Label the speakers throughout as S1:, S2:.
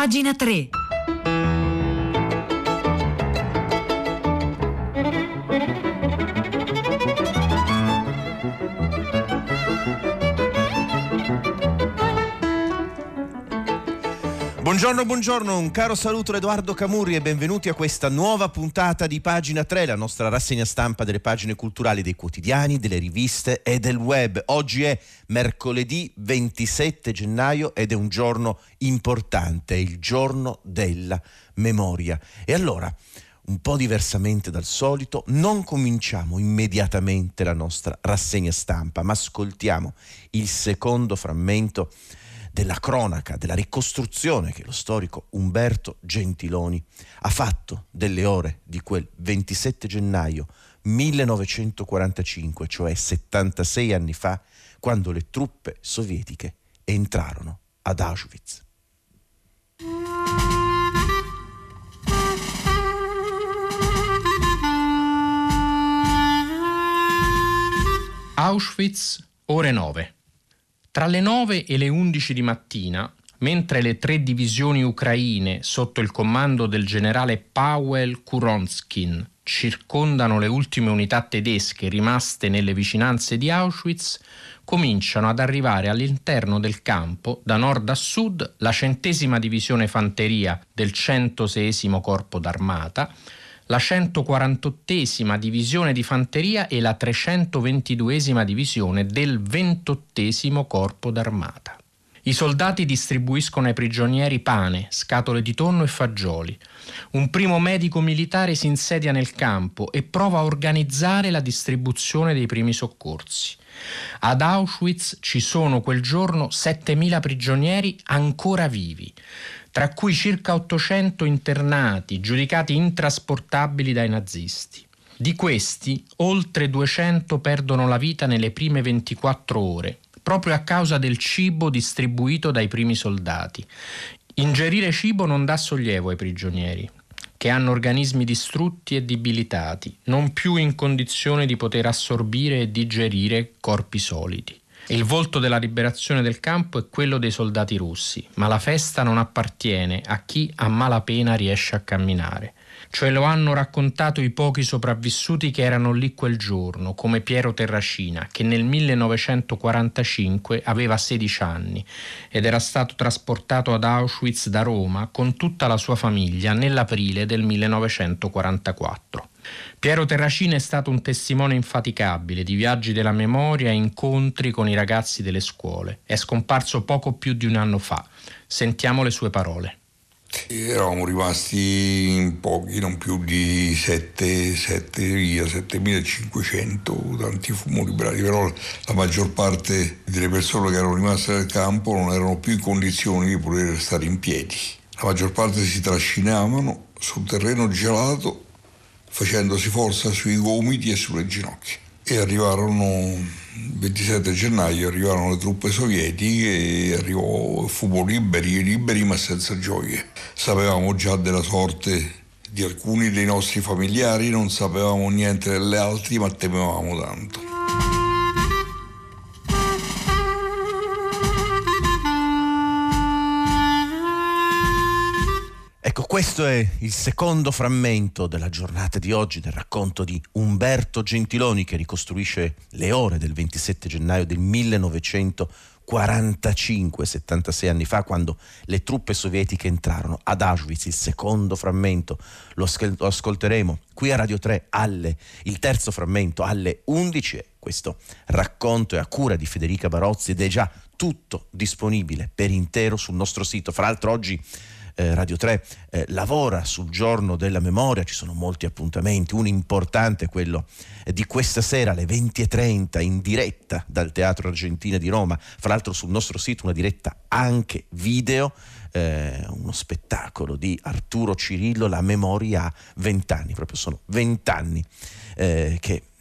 S1: Pagina 3.
S2: Buongiorno, un caro saluto da Edoardo Camurri e benvenuti a questa nuova puntata di Pagina 3, la nostra rassegna stampa delle pagine culturali dei quotidiani, delle riviste e del web. Oggi è mercoledì 27 gennaio ed è un giorno importante, è il giorno della memoria. E allora, un po' diversamente dal solito, non cominciamo immediatamente la nostra rassegna stampa, ma ascoltiamo il secondo frammento della cronaca, della ricostruzione che lo storico Umberto Gentiloni ha fatto delle ore di quel 27 gennaio 1945, cioè 76 anni fa, quando le truppe sovietiche entrarono ad Auschwitz.
S3: Auschwitz, ore 9. Tra le 9 e le 11 di mattina, mentre le 3 divisioni ucraine sotto il comando del generale Pawel Kuronskin circondano le ultime unità tedesche rimaste nelle vicinanze di Auschwitz, cominciano ad arrivare all'interno del campo, da nord a sud, la 100ª divisione fanteria del 106° corpo d'armata, la 148ª divisione di fanteria e la 322ª divisione del 28° corpo d'armata. I soldati distribuiscono ai prigionieri pane, scatole di tonno e fagioli. Un primo medico militare si insedia nel campo e prova a organizzare la distribuzione dei primi soccorsi. Ad Auschwitz ci sono quel giorno 7.000 prigionieri ancora vivi, tra cui circa 800 internati, giudicati intrasportabili dai nazisti. Di questi, oltre 200 perdono la vita nelle prime 24 ore, proprio a causa del cibo distribuito dai primi soldati. Ingerire cibo non dà sollievo ai prigionieri, che hanno organismi distrutti e debilitati, non più in condizione di poter assorbire e digerire corpi solidi. Il volto della liberazione del campo è quello dei soldati russi, ma la festa non appartiene a chi a malapena riesce a camminare. Cioè lo hanno raccontato i pochi sopravvissuti che erano lì quel giorno, come Piero Terracina, che nel 1945 aveva 16 anni ed era stato trasportato ad Auschwitz da Roma con tutta la sua famiglia nell'aprile del 1944. Piero Terracina è stato un testimone infaticabile di viaggi della memoria e incontri con i ragazzi delle scuole. È scomparso poco più di un anno fa. Sentiamo le sue parole.
S4: Eravamo rimasti in pochi, non più di 7.500, tanti fummo liberati, però la maggior parte delle persone che erano rimaste nel campo non erano più in condizioni di poter stare in piedi. La maggior parte si trascinavano sul terreno gelato, facendosi forza sui gomiti e sulle ginocchia. E arrivarono il 27 gennaio, arrivarono le truppe sovietiche e fummo liberi ma senza gioie. Sapevamo già della sorte di alcuni dei nostri familiari, non sapevamo niente delle altri, ma temevamo tanto.
S2: Ecco, questo è il secondo frammento della giornata di oggi, del racconto di Umberto Gentiloni, che ricostruisce le ore del 27 gennaio del 1945, 76 anni fa, quando le truppe sovietiche entrarono ad Auschwitz. Il secondo frammento lo ascolteremo qui a Radio 3 il terzo frammento alle 11. Questo racconto è a cura di Federica Barozzi ed è già tutto disponibile per intero sul nostro sito. Fra l'altro oggi Radio 3 lavora sul giorno della memoria, ci sono molti appuntamenti, un importante è quello di questa sera alle 20:30 in diretta dal Teatro Argentina di Roma, fra l'altro sul nostro sito una diretta anche video, uno spettacolo di Arturo Cirillo, La memoria a 20 anni, proprio sono 20 anni che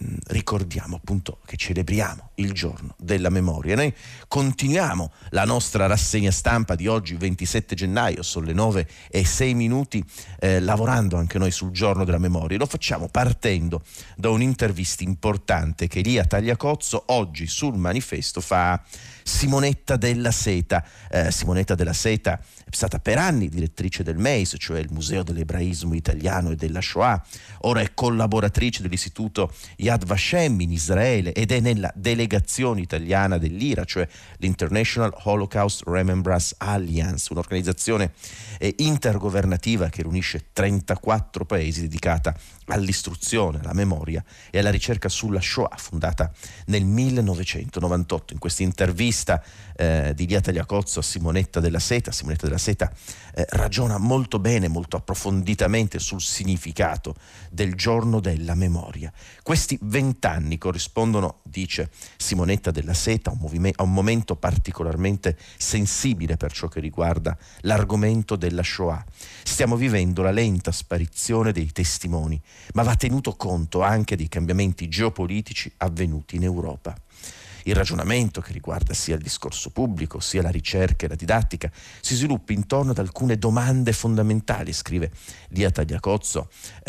S2: ricordiamo appunto che celebriamo il giorno della memoria. Noi continuiamo la nostra rassegna stampa di oggi, 27 gennaio, sono le 9:06, lavorando anche noi sul giorno della memoria. Lo facciamo partendo da un'intervista importante che Lia Tagliacozzo oggi sul Manifesto fa a Simonetta Della Seta. Simonetta Della Seta è stata per anni direttrice del MEIS, cioè il Museo dell'Ebraismo Italiano e della Shoah, ora è collaboratrice dell'istituto Yad Vashem in Israele ed è nella delegazione italiana dell'IRA, cioè l'International Holocaust Remembrance Alliance, un'organizzazione intergovernativa che riunisce 34 paesi dedicata all'istruzione, alla memoria e alla ricerca sulla Shoah, fondata nel 1998. In questa intervista di Lia Tagliacozzo a Simonetta Della Seta, Simonetta Della Seta ragiona molto bene, molto approfonditamente sul significato del giorno della memoria. Questi 20 anni corrispondono, dice Simonetta Della Seta, a un momento particolarmente sensibile per ciò che riguarda l'argomento della Shoah. Stiamo vivendo la lenta sparizione dei testimoni, ma va tenuto conto anche dei cambiamenti geopolitici avvenuti in Europa. Il ragionamento che riguarda sia il discorso pubblico, sia la ricerca e la didattica si sviluppa intorno ad alcune domande fondamentali, scrive Lia Tagliacozzo,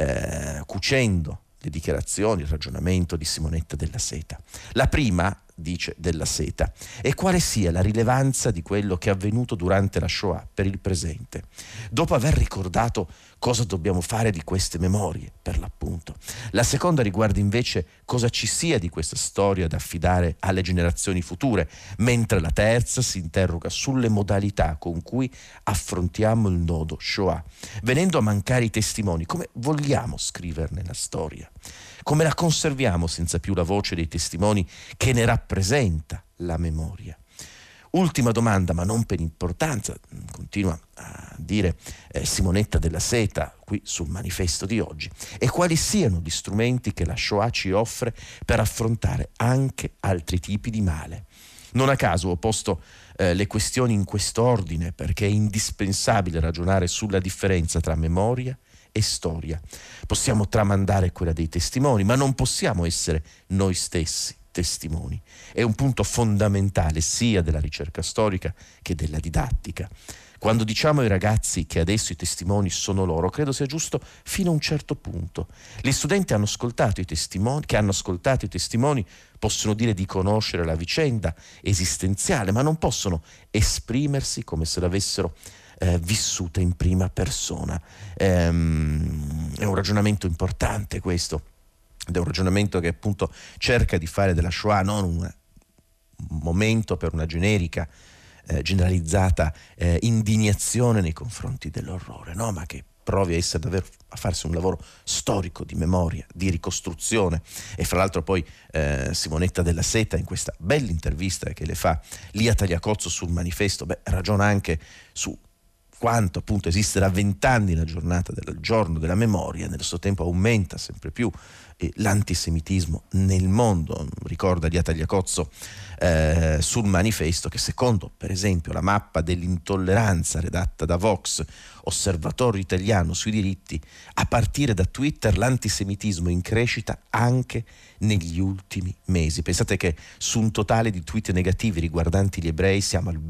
S2: cucendo le dichiarazioni, il ragionamento di Simonetta Della Seta. La prima, dice Della Seta, è quale sia la rilevanza di quello che è avvenuto durante la Shoah per il presente. Dopo aver ricordato cosa dobbiamo fare di queste memorie, per l'appunto. La seconda riguarda invece cosa ci sia di questa storia da affidare alle generazioni future, mentre la terza si interroga sulle modalità con cui affrontiamo il nodo Shoah. Venendo a mancare i testimoni, come vogliamo scriverne la storia? Come la conserviamo senza più la voce dei testimoni che ne rappresenta la memoria? Ultima domanda, ma non per importanza, continua a dire Simonetta Della Seta qui sul Manifesto di oggi, e quali siano gli strumenti che la Shoah ci offre per affrontare anche altri tipi di male. Non a caso ho posto le questioni in quest'ordine, perché è indispensabile ragionare sulla differenza tra memoria e storia. Possiamo tramandare quella dei testimoni, ma non possiamo essere noi stessi testimoni. È un punto fondamentale sia della ricerca storica che della didattica. Quando diciamo ai ragazzi che adesso i testimoni sono loro, credo sia giusto fino a un certo punto. Gli studenti hanno ascoltato i testimoni, che hanno ascoltato i testimoni, possono dire di conoscere la vicenda esistenziale, ma non possono esprimersi come se l'avessero vissuta in prima persona. È un ragionamento importante questo, ed è un ragionamento che appunto cerca di fare della Shoah non un momento per una generica generalizzata indignazione nei confronti dell'orrore, no? Ma che provi a farsi un lavoro storico di memoria, di ricostruzione. E fra l'altro poi Simonetta Della Seta, in questa bella intervista che le fa Lia Tagliacozzo sul Manifesto, ragiona anche su quanto appunto esiste da 20 anni la giornata del giorno della memoria, nello stesso tempo aumenta sempre più l'antisemitismo nel mondo. Ricorda Lia Tagliacozzo sul Manifesto che secondo per esempio la mappa dell'intolleranza redatta da Vox, osservatorio italiano sui diritti, a partire da Twitter l'antisemitismo è in crescita anche negli ultimi mesi. Pensate che su un totale di tweet negativi riguardanti gli ebrei siamo al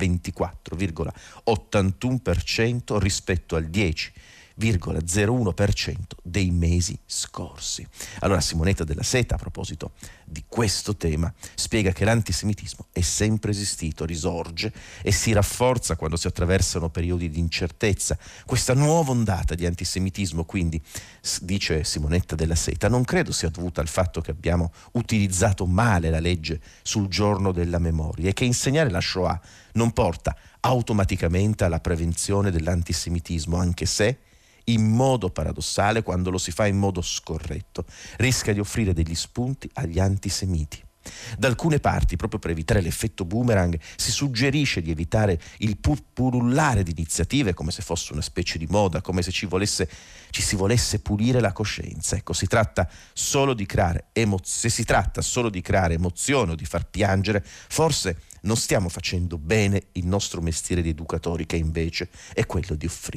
S2: 24,81% rispetto al 10,01% dei mesi scorsi. Allora Simonetta Della Seta, a proposito di questo tema, spiega che l'antisemitismo è sempre esistito, risorge e si rafforza quando si attraversano periodi di incertezza. Questa nuova ondata di antisemitismo, quindi, dice Simonetta Della Seta, non credo sia dovuta al fatto che abbiamo utilizzato male la legge sul giorno della memoria e che insegnare la Shoah non porta automaticamente alla prevenzione dell'antisemitismo, anche se in modo paradossale, quando lo si fa in modo scorretto, rischia di offrire degli spunti agli antisemiti. Da alcune parti, proprio per evitare l'effetto boomerang, si suggerisce di evitare il pullulare di iniziative come se fosse una specie di moda, come se ci si volesse pulire la coscienza. Ecco, se si tratta solo di creare emozione o di far piangere, forse non stiamo facendo bene il nostro mestiere di educatori, che invece è quello di offrire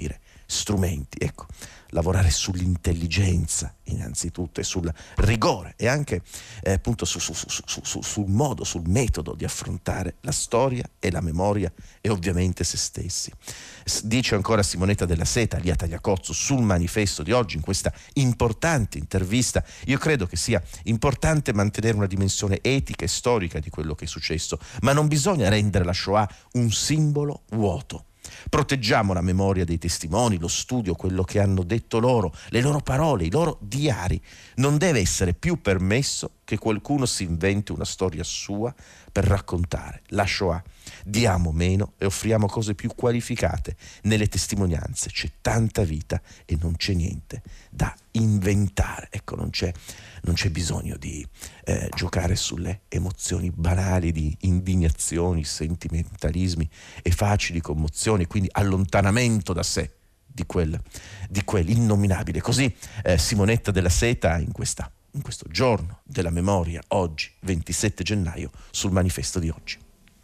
S2: strumenti. Ecco, lavorare sull'intelligenza innanzitutto e sul rigore e anche appunto sul modo, sul metodo di affrontare la storia e la memoria e ovviamente se stessi. Dice ancora Simonetta Della Seta, Lia Tagliacozzo, sul manifesto di oggi, in questa importante intervista: io credo che sia importante mantenere una dimensione etica e storica di quello che è successo, ma non bisogna rendere la Shoah un simbolo vuoto. Proteggiamo la memoria dei testimoni, lo studio, quello che hanno detto loro, le loro parole, i loro diari. Non deve essere più permesso che qualcuno si inventi una storia sua per raccontare la Shoah. Diamo meno e offriamo cose più qualificate nelle testimonianze. C'è tanta vita e non c'è niente da inventare. Ecco, non c'è bisogno di giocare sulle emozioni banali di indignazioni, sentimentalismi e facili commozioni, quindi allontanamento da sé di quell'innominabile. Così Simonetta Della Seta in questo giorno della memoria, oggi 27 gennaio, sul manifesto di oggi.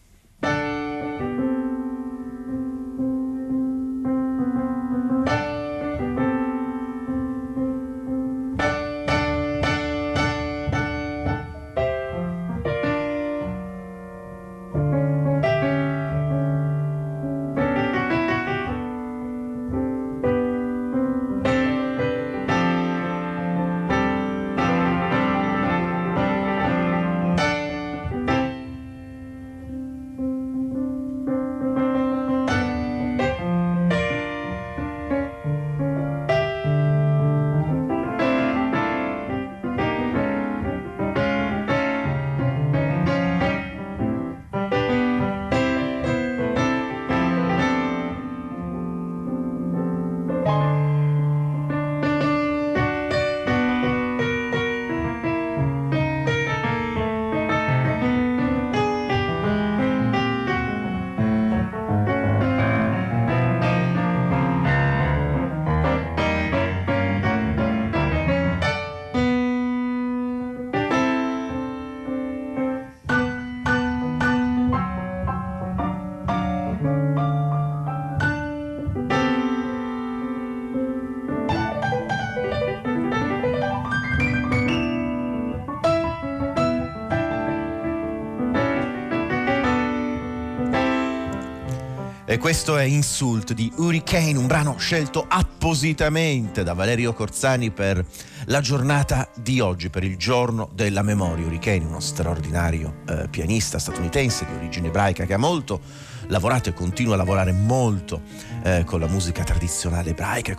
S2: E questo è Insult di Hurricane, un brano scelto appositamente da Valerio Corzani per la giornata di oggi, per il giorno della memoria. Hurricane, uno straordinario pianista statunitense di origine ebraica che ha molto lavorato e continua a lavorare molto con la musica tradizionale ebraica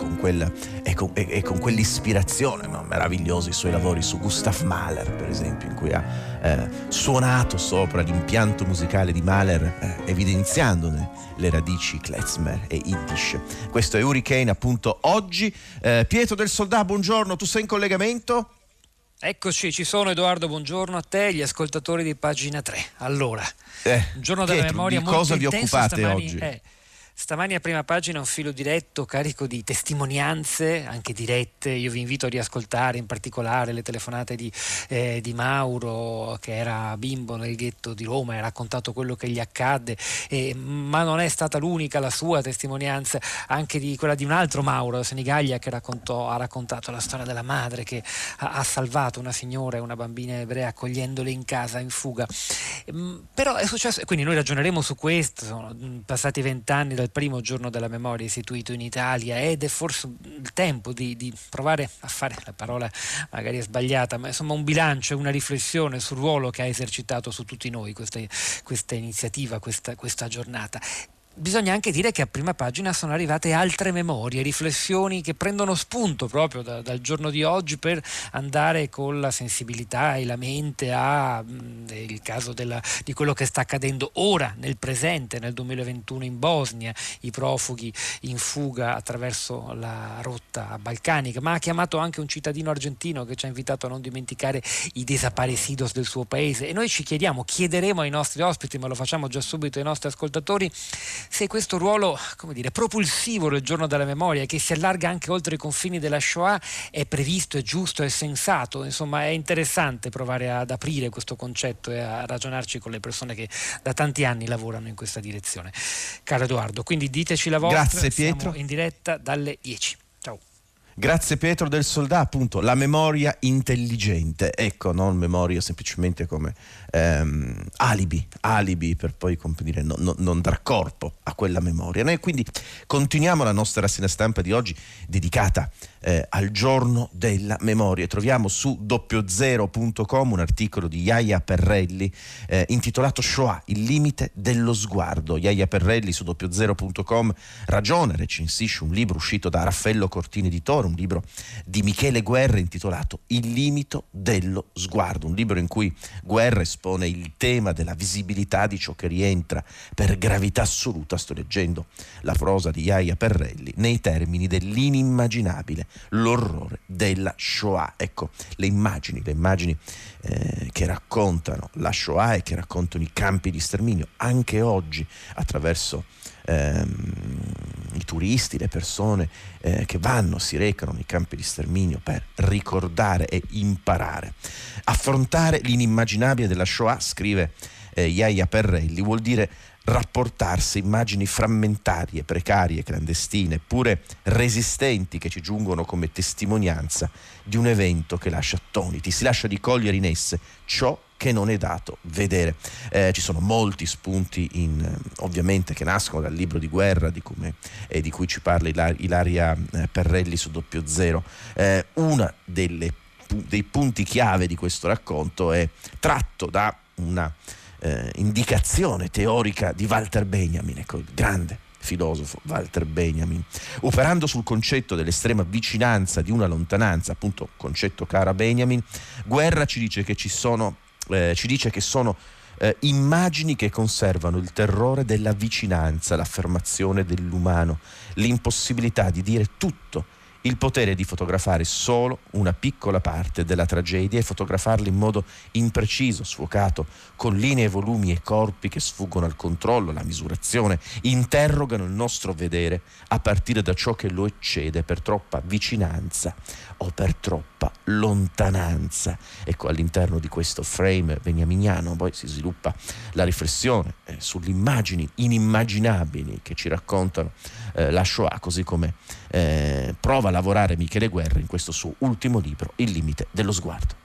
S2: e con quell'ispirazione, no? Meravigliosi i suoi lavori su Gustav Mahler, per esempio, in cui ha suonato sopra l'impianto musicale di Mahler, evidenziandone le radici klezmer e yiddish. Questo è Hurricane, appunto, oggi. Pietro del Soldà, buongiorno, tu sei in collegamento?
S1: Eccoci, ci sono, Edoardo, buongiorno a te, gli ascoltatori di Pagina 3. Allora, un giorno della
S2: Pietro,
S1: memoria
S2: di
S1: molto
S2: cosa vi
S1: intenso
S2: occupate
S1: stamani,
S2: oggi?
S1: Stamani a Prima Pagina un filo diretto carico di testimonianze, anche dirette. Io vi invito a riascoltare in particolare le telefonate di Mauro, che era bimbo nel ghetto di Roma e ha raccontato quello che gli accadde, ma non è stata l'unica la sua testimonianza, anche di quella di un altro Mauro da Senigallia, che ha raccontato la storia della madre che ha salvato una signora e una bambina ebrea accogliendole in casa in fuga. Però è successo, e quindi noi ragioneremo su questo. Sono passati 20 anni dal primo giorno della memoria istituito in Italia ed è forse il tempo di provare a fare, la parola magari è sbagliata, ma insomma un bilancio e una riflessione sul ruolo che ha esercitato su tutti noi questa iniziativa, questa giornata. Bisogna anche dire che a Prima Pagina sono arrivate altre memorie, riflessioni che prendono spunto proprio dal giorno di oggi per andare con la sensibilità e la mente il caso di quello che sta accadendo ora, nel presente, nel 2021 in Bosnia, i profughi in fuga attraverso la rotta balcanica, ma ha chiamato anche un cittadino argentino che ci ha invitato a non dimenticare i desaparecidos del suo paese. E noi ci chiederemo ai nostri ospiti, ma lo facciamo già subito ai nostri ascoltatori, se questo ruolo, come dire, propulsivo del giorno della memoria, che si allarga anche oltre i confini della Shoah, è previsto, è giusto, è sensato. Insomma, è interessante provare ad aprire questo concetto e a ragionarci con le persone che da tanti anni lavorano in questa direzione. Caro Edoardo, quindi diteci la vostra.
S2: Grazie Pietro.
S1: Siamo in diretta dalle 10. Ciao.
S2: Grazie Pietro del Soldà, appunto, la memoria intelligente, ecco, non memoria semplicemente come alibi per poi non dar corpo a quella memoria. Noi quindi continuiamo la nostra rassegna stampa di oggi dedicata al giorno della memoria. Troviamo su doppiozero.com un articolo di Yahya Perrelli intitolato Shoah, il limite dello sguardo. Yahya Perrelli su doppiozero.com ragiona, recensisce un libro uscito da Raffaello Cortini Editore, un libro di Michele Guerra intitolato Il limite dello sguardo, un libro in cui Guerra espone il tema della visibilità di ciò che rientra per gravità assoluta, sto leggendo la prosa di Yahya Perrelli, nei termini dell'inimmaginabile, l'orrore della Shoah. Ecco, le immagini che raccontano la Shoah e che raccontano i campi di sterminio anche oggi attraverso i turisti, le persone che si recano nei campi di sterminio per ricordare e imparare. Affrontare l'inimmaginabile della Shoah, scrive Yahya Perrelli, vuol dire rapportarsi immagini frammentarie, precarie, clandestine, eppure resistenti, che ci giungono come testimonianza di un evento che lascia attoniti. Si lascia di cogliere in esse ciò che non è dato vedere. Ci sono molti spunti ovviamente che nascono dal libro di Guerra di cui ci parla Ilaria Perrelli su Doppio Zero. Una dei punti chiave di questo racconto è tratto da una indicazione teorica di Walter Benjamin, ecco, il grande filosofo Walter Benjamin, operando sul concetto dell'estrema vicinanza di una lontananza, appunto concetto caro a Benjamin. Guerra ci dice che sono immagini che conservano il terrore della vicinanza, l'affermazione dell'umano, l'impossibilità di dire tutto, il potere di fotografare solo una piccola parte della tragedia e fotografarla in modo impreciso, sfocato, con linee, volumi e corpi che sfuggono al controllo, alla misurazione, interrogano il nostro vedere a partire da ciò che lo eccede per troppa vicinanza o per troppa lontananza. Ecco, all'interno di questo frame beniaminiano poi si sviluppa la riflessione sulle immagini inimmaginabili che ci raccontano la Shoah, così come prova a lavorare Michele Guerra in questo suo ultimo libro, Il limite dello sguardo.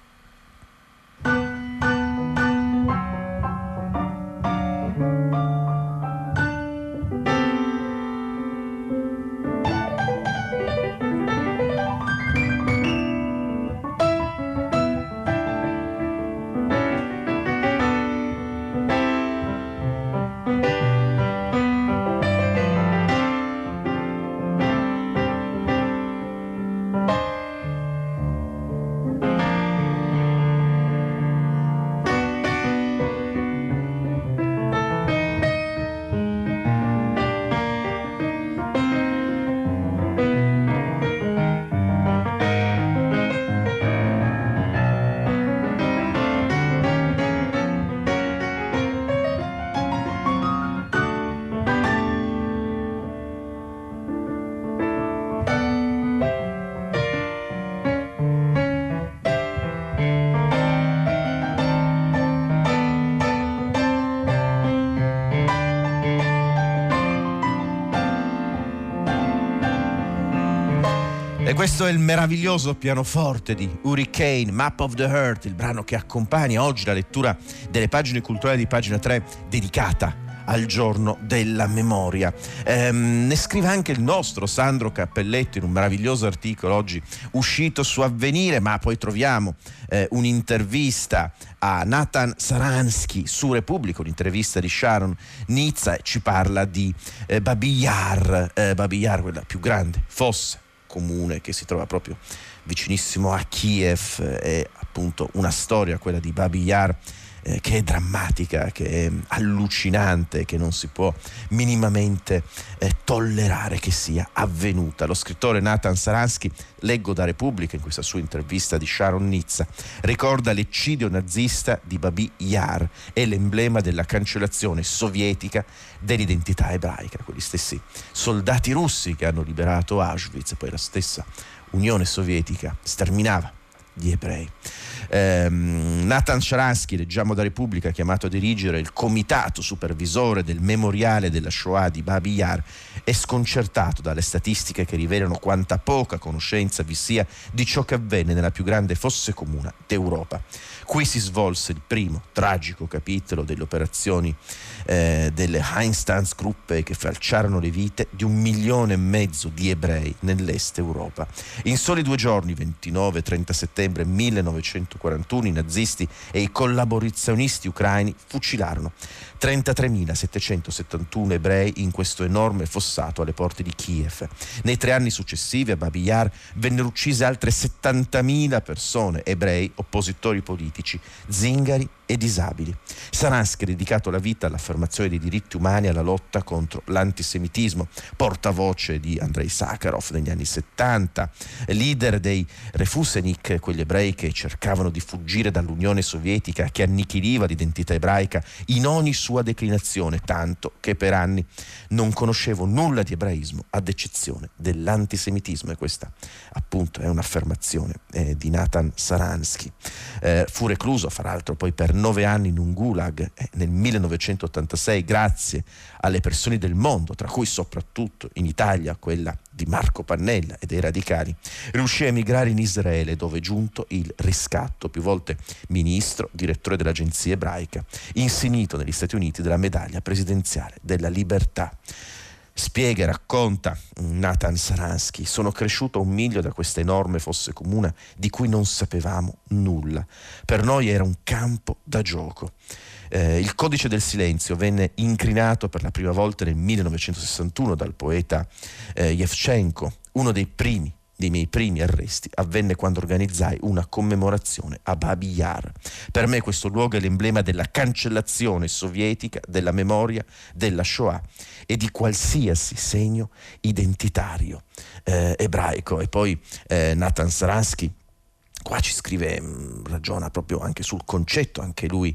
S2: E questo è il meraviglioso pianoforte di Hurricane, Map of the Earth, il brano che accompagna oggi la lettura delle pagine culturali di Pagina 3 dedicata al giorno della memoria. Ne scrive anche il nostro Sandro Cappelletto in un meraviglioso articolo oggi uscito su Avvenire, ma poi troviamo un'intervista a Nathan Saransky su Repubblica, un'intervista di Sharon Nizza, e ci parla di Babi Yar, quella più grande fossa comune che si trova proprio vicinissimo a Kiev. È appunto una storia, quella di Babi Yar, che è drammatica, che è allucinante, che non si può minimamente tollerare che sia avvenuta. Lo scrittore Natan Sharansky, leggo da Repubblica in questa sua intervista di Sharon Nizza, ricorda l'eccidio nazista di Babi Yar e l'emblema della cancellazione sovietica dell'identità ebraica. Quegli stessi soldati russi che hanno liberato Auschwitz, e poi la stessa Unione Sovietica sterminava gli ebrei. Natan Sharansky, leggiamo da Repubblica, chiamato a dirigere il comitato supervisore del memoriale della Shoah di Babi Yar, è sconcertato dalle statistiche che rivelano quanta poca conoscenza vi sia di ciò che avvenne nella più grande fosse comune d'Europa. Qui si svolse il primo tragico capitolo delle operazioni delle Einsatzgruppe che falciarono le vite di 1,5 milioni di ebrei nell'est Europa. In soli 2 giorni, 29 e 30 settembre 1941, i nazisti e i collaborazionisti ucraini fucilarono 33.771 ebrei in questo enorme fossato alle porte di Kiev. Nei 3 anni successivi a Babi Yar vennero uccise altre 70.000 persone, ebrei, oppositori politici, zingari e disabili. Sharansky ha dedicato la vita all'affermazione dei diritti umani e alla lotta contro l'antisemitismo, portavoce di Andrei Sakharov negli anni 70, leader dei Refusenik, quegli ebrei che cercavano di fuggire dall'Unione Sovietica che annichiliva l'identità ebraica in ogni sua declinazione, tanto che per anni non conoscevo nulla di ebraismo ad eccezione dell'antisemitismo. E questa appunto è un'affermazione di Natan Sharansky. Fu recluso fra l'altro poi per 9 anni in un gulag nel 1986 grazie alle pressioni del mondo, tra cui soprattutto in Italia quella di Marco Pannella e dei radicali, riuscì a emigrare in Israele, dove è giunto il riscatto, più volte ministro, direttore dell'agenzia ebraica, insignito negli Stati Uniti della medaglia presidenziale della libertà. Spiega e racconta Natan Sharansky: sono cresciuto a 1 miglio da questa enorme fosse comune di cui non sapevamo nulla. Per noi era un campo da gioco. Il codice del silenzio venne incrinato per la prima volta nel 1961 dal poeta Yevchenko. Uno dei miei primi arresti avvenne quando organizzai una commemorazione a Babi Yar. Per me questo luogo è l'emblema della cancellazione sovietica della memoria della Shoah e di qualsiasi segno identitario ebraico. E poi Natan Sharansky qua ci scrive, ragiona proprio anche sul concetto, anche lui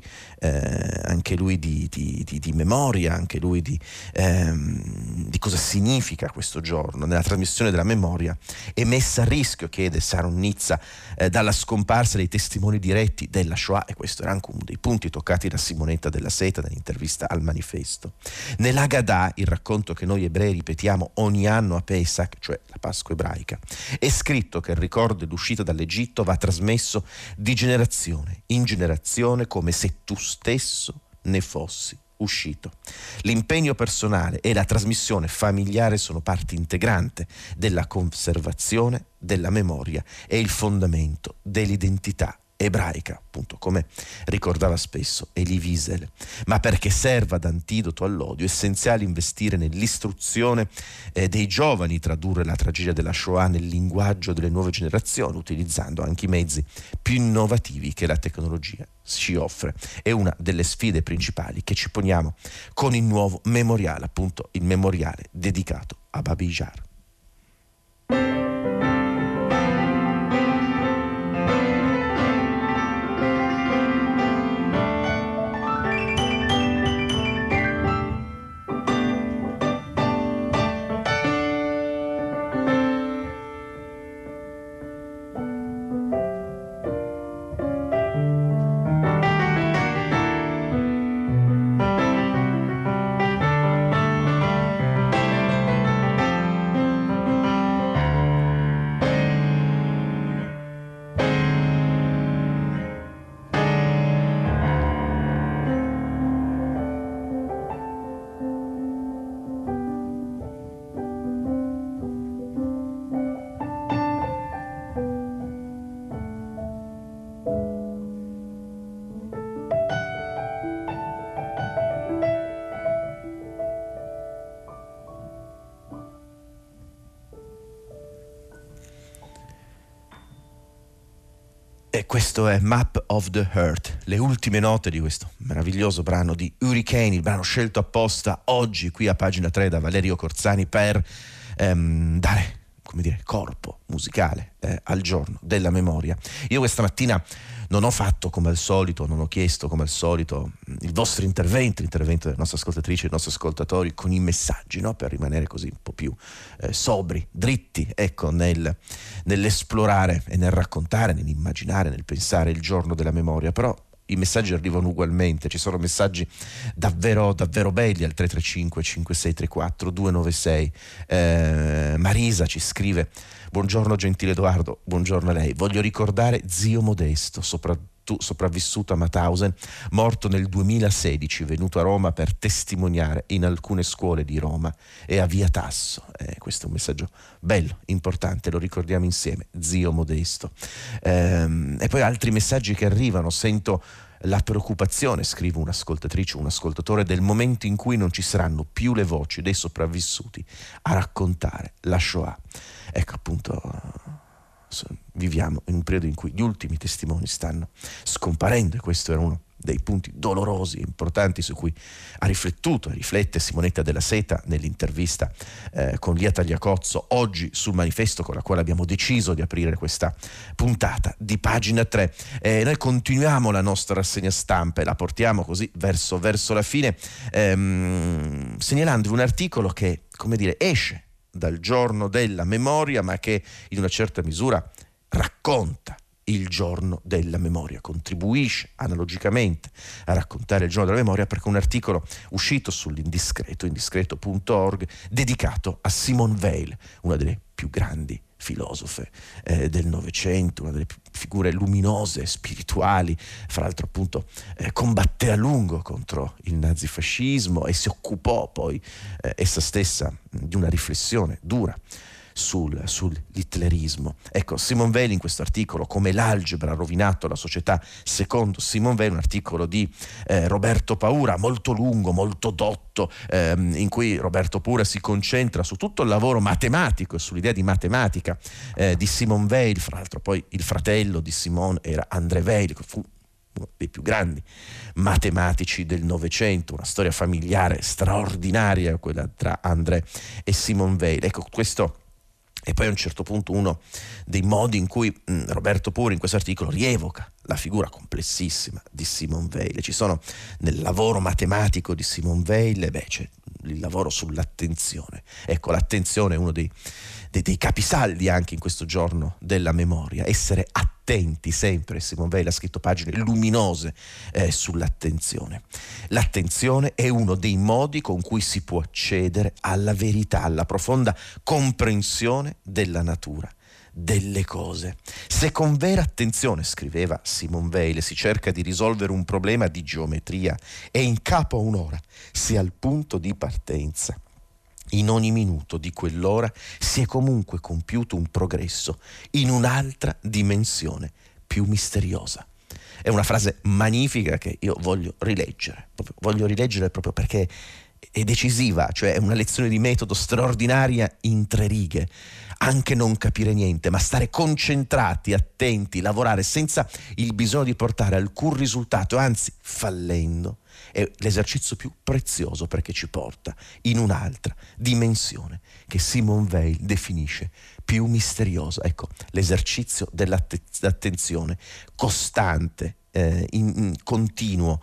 S2: di memoria, anche lui di cosa significa questo giorno. Nella trasmissione della memoria è messa a rischio, chiede Sharon Nizza, dalla scomparsa dei testimoni diretti della Shoah, e questo era anche uno dei punti toccati da Simonetta Della Seta nell'intervista al Manifesto. Nell'Haggadah, il racconto che noi ebrei ripetiamo ogni anno a Pesach, cioè la Pasqua ebraica, è scritto che il ricordo dell'uscita dall'Egitto va trasmesso di generazione in generazione come se tu stesso ne fossi uscito. L'impegno personale e la trasmissione familiare sono parte integrante della conservazione della memoria e il fondamento dell'identità ebraica, appunto, come ricordava spesso Elie Wiesel. Ma perché serva d'antidoto all'odio è essenziale investire nell'istruzione dei giovani, tradurre la tragedia della Shoah nel linguaggio delle nuove generazioni, utilizzando anche i mezzi più innovativi che la tecnologia ci offre. È una delle sfide principali che ci poniamo con il nuovo memoriale, appunto il memoriale dedicato a Babi Yar. E questo è Map of the Heart, le ultime note di questo meraviglioso brano di Hurricane, il brano scelto apposta oggi qui a Pagina 3 da Valerio Corzani per dare, come dire, corpo musicale al giorno della memoria. Io questa mattina non ho fatto come al solito, non ho chiesto come al solito il vostro intervento, l'intervento delle nostre ascoltatrici e dei nostri ascoltatori con i messaggi, no? Per rimanere così un po' più sobri, dritti, ecco, nell'esplorare e nel raccontare, nell'immaginare, nel pensare il giorno della memoria. Però i messaggi arrivano ugualmente, ci sono messaggi davvero davvero belli al 335 5634 296. Marisa ci scrive: buongiorno gentile Edoardo, buongiorno a lei, voglio ricordare zio Modesto, sopravvissuto a Mauthausen, morto nel 2016, venuto a Roma per testimoniare in alcune scuole di Roma e a Via Tasso. Questo è un messaggio bello, importante, lo ricordiamo insieme, zio Modesto. E poi altri messaggi che arrivano, sento la preoccupazione, scrive un'ascoltatrice, un ascoltatore, del momento in cui non ci saranno più le voci dei sopravvissuti a raccontare la Shoah. Ecco, appunto, viviamo in un periodo in cui gli ultimi testimoni stanno scomparendo, e questo era uno dei punti dolorosi e importanti su cui ha riflettuto e riflette Simonetta Della Seta nell'intervista con Lia Tagliacozzo oggi sul Manifesto, con la quale abbiamo deciso di aprire questa puntata di Pagina 3. Noi continuiamo la nostra rassegna stampa e la portiamo così verso la fine, segnalandovi un articolo che, come dire, esce dal giorno della memoria, ma che in una certa misura racconta il giorno della memoria, contribuisce analogicamente a raccontare il giorno della memoria, perché un articolo uscito sull'Indiscreto, indiscreto.org, dedicato a Simone Weil, una delle più grandi filosofe del Novecento, una delle figure luminose, spirituali. Fra l'altro, appunto, combatté a lungo contro il nazifascismo e si occupò poi essa stessa di una riflessione dura sull'hitlerismo. Ecco, Simone Weil in questo articolo, come l'algebra ha rovinato la società secondo Simone Weil, un articolo di Roberto Paura, molto lungo, molto dotto, in cui Roberto Paura si concentra su tutto il lavoro matematico e sull'idea di matematica di Simone Weil. Fra l'altro poi il fratello di Simone era André Weil, fu uno dei più grandi matematici del Novecento, una storia familiare straordinaria quella tra André e Simone Weil. Ecco, questo. E poi a un certo punto uno dei modi in cui Roberto Puri in questo articolo rievoca la figura complessissima di Simone Weil. Ci sono nel lavoro matematico di Simone Weil, c'è il lavoro sull'attenzione. Ecco, l'attenzione è uno dei capisaldi anche in questo giorno della memoria. Essere attenti sempre. Simone Weil ha scritto pagine luminose sull'attenzione. L'attenzione è uno dei modi con cui si può accedere alla verità, alla profonda comprensione della natura, delle cose. Se con vera attenzione, scriveva Simone Weil, si cerca di risolvere un problema di geometria e in capo a un'ora si è al punto di partenza, in ogni minuto di quell'ora si è comunque compiuto un progresso in un'altra dimensione più misteriosa. È una frase magnifica che io voglio rileggere proprio perché è decisiva, cioè è una lezione di metodo straordinaria in 3 righe. Anche non capire niente, ma stare concentrati, attenti, lavorare senza il bisogno di portare alcun risultato, anzi fallendo, è l'esercizio più prezioso, perché ci porta in un'altra dimensione che Simone Weil definisce più misteriosa. Ecco, l'esercizio dell'attenzione costante, in continuo,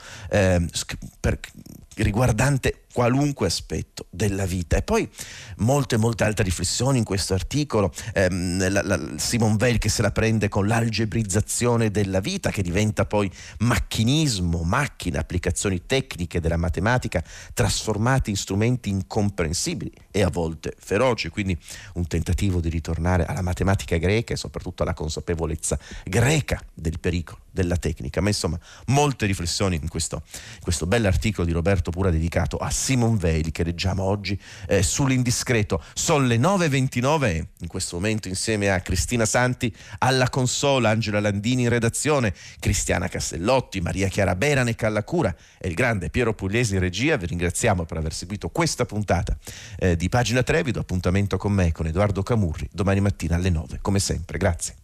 S2: riguardante qualunque aspetto della vita. E poi molte altre riflessioni in questo articolo. Simone Weil che se la prende con l'algebrizzazione della vita, che diventa poi macchinismo, macchina, applicazioni tecniche della matematica trasformate in strumenti incomprensibili e a volte feroci, quindi un tentativo di ritornare alla matematica greca e soprattutto alla consapevolezza greca del pericolo della tecnica. Ma insomma, molte riflessioni in questo bell'articolo di Roberto Pura dedicato a Simone Weil che leggiamo oggi sull'Indiscreto. Sono le 9:29, in questo momento insieme a Cristina Santi alla console, Angela Landini in redazione, Cristiana Castellotti, Maria Chiara Beranec alla cura e il grande Piero Pugliesi in regia. Vi ringraziamo per aver seguito questa puntata di Pagina 3. Vi do appuntamento con me, con Edoardo Camurri, domani mattina alle 9, come sempre. Grazie.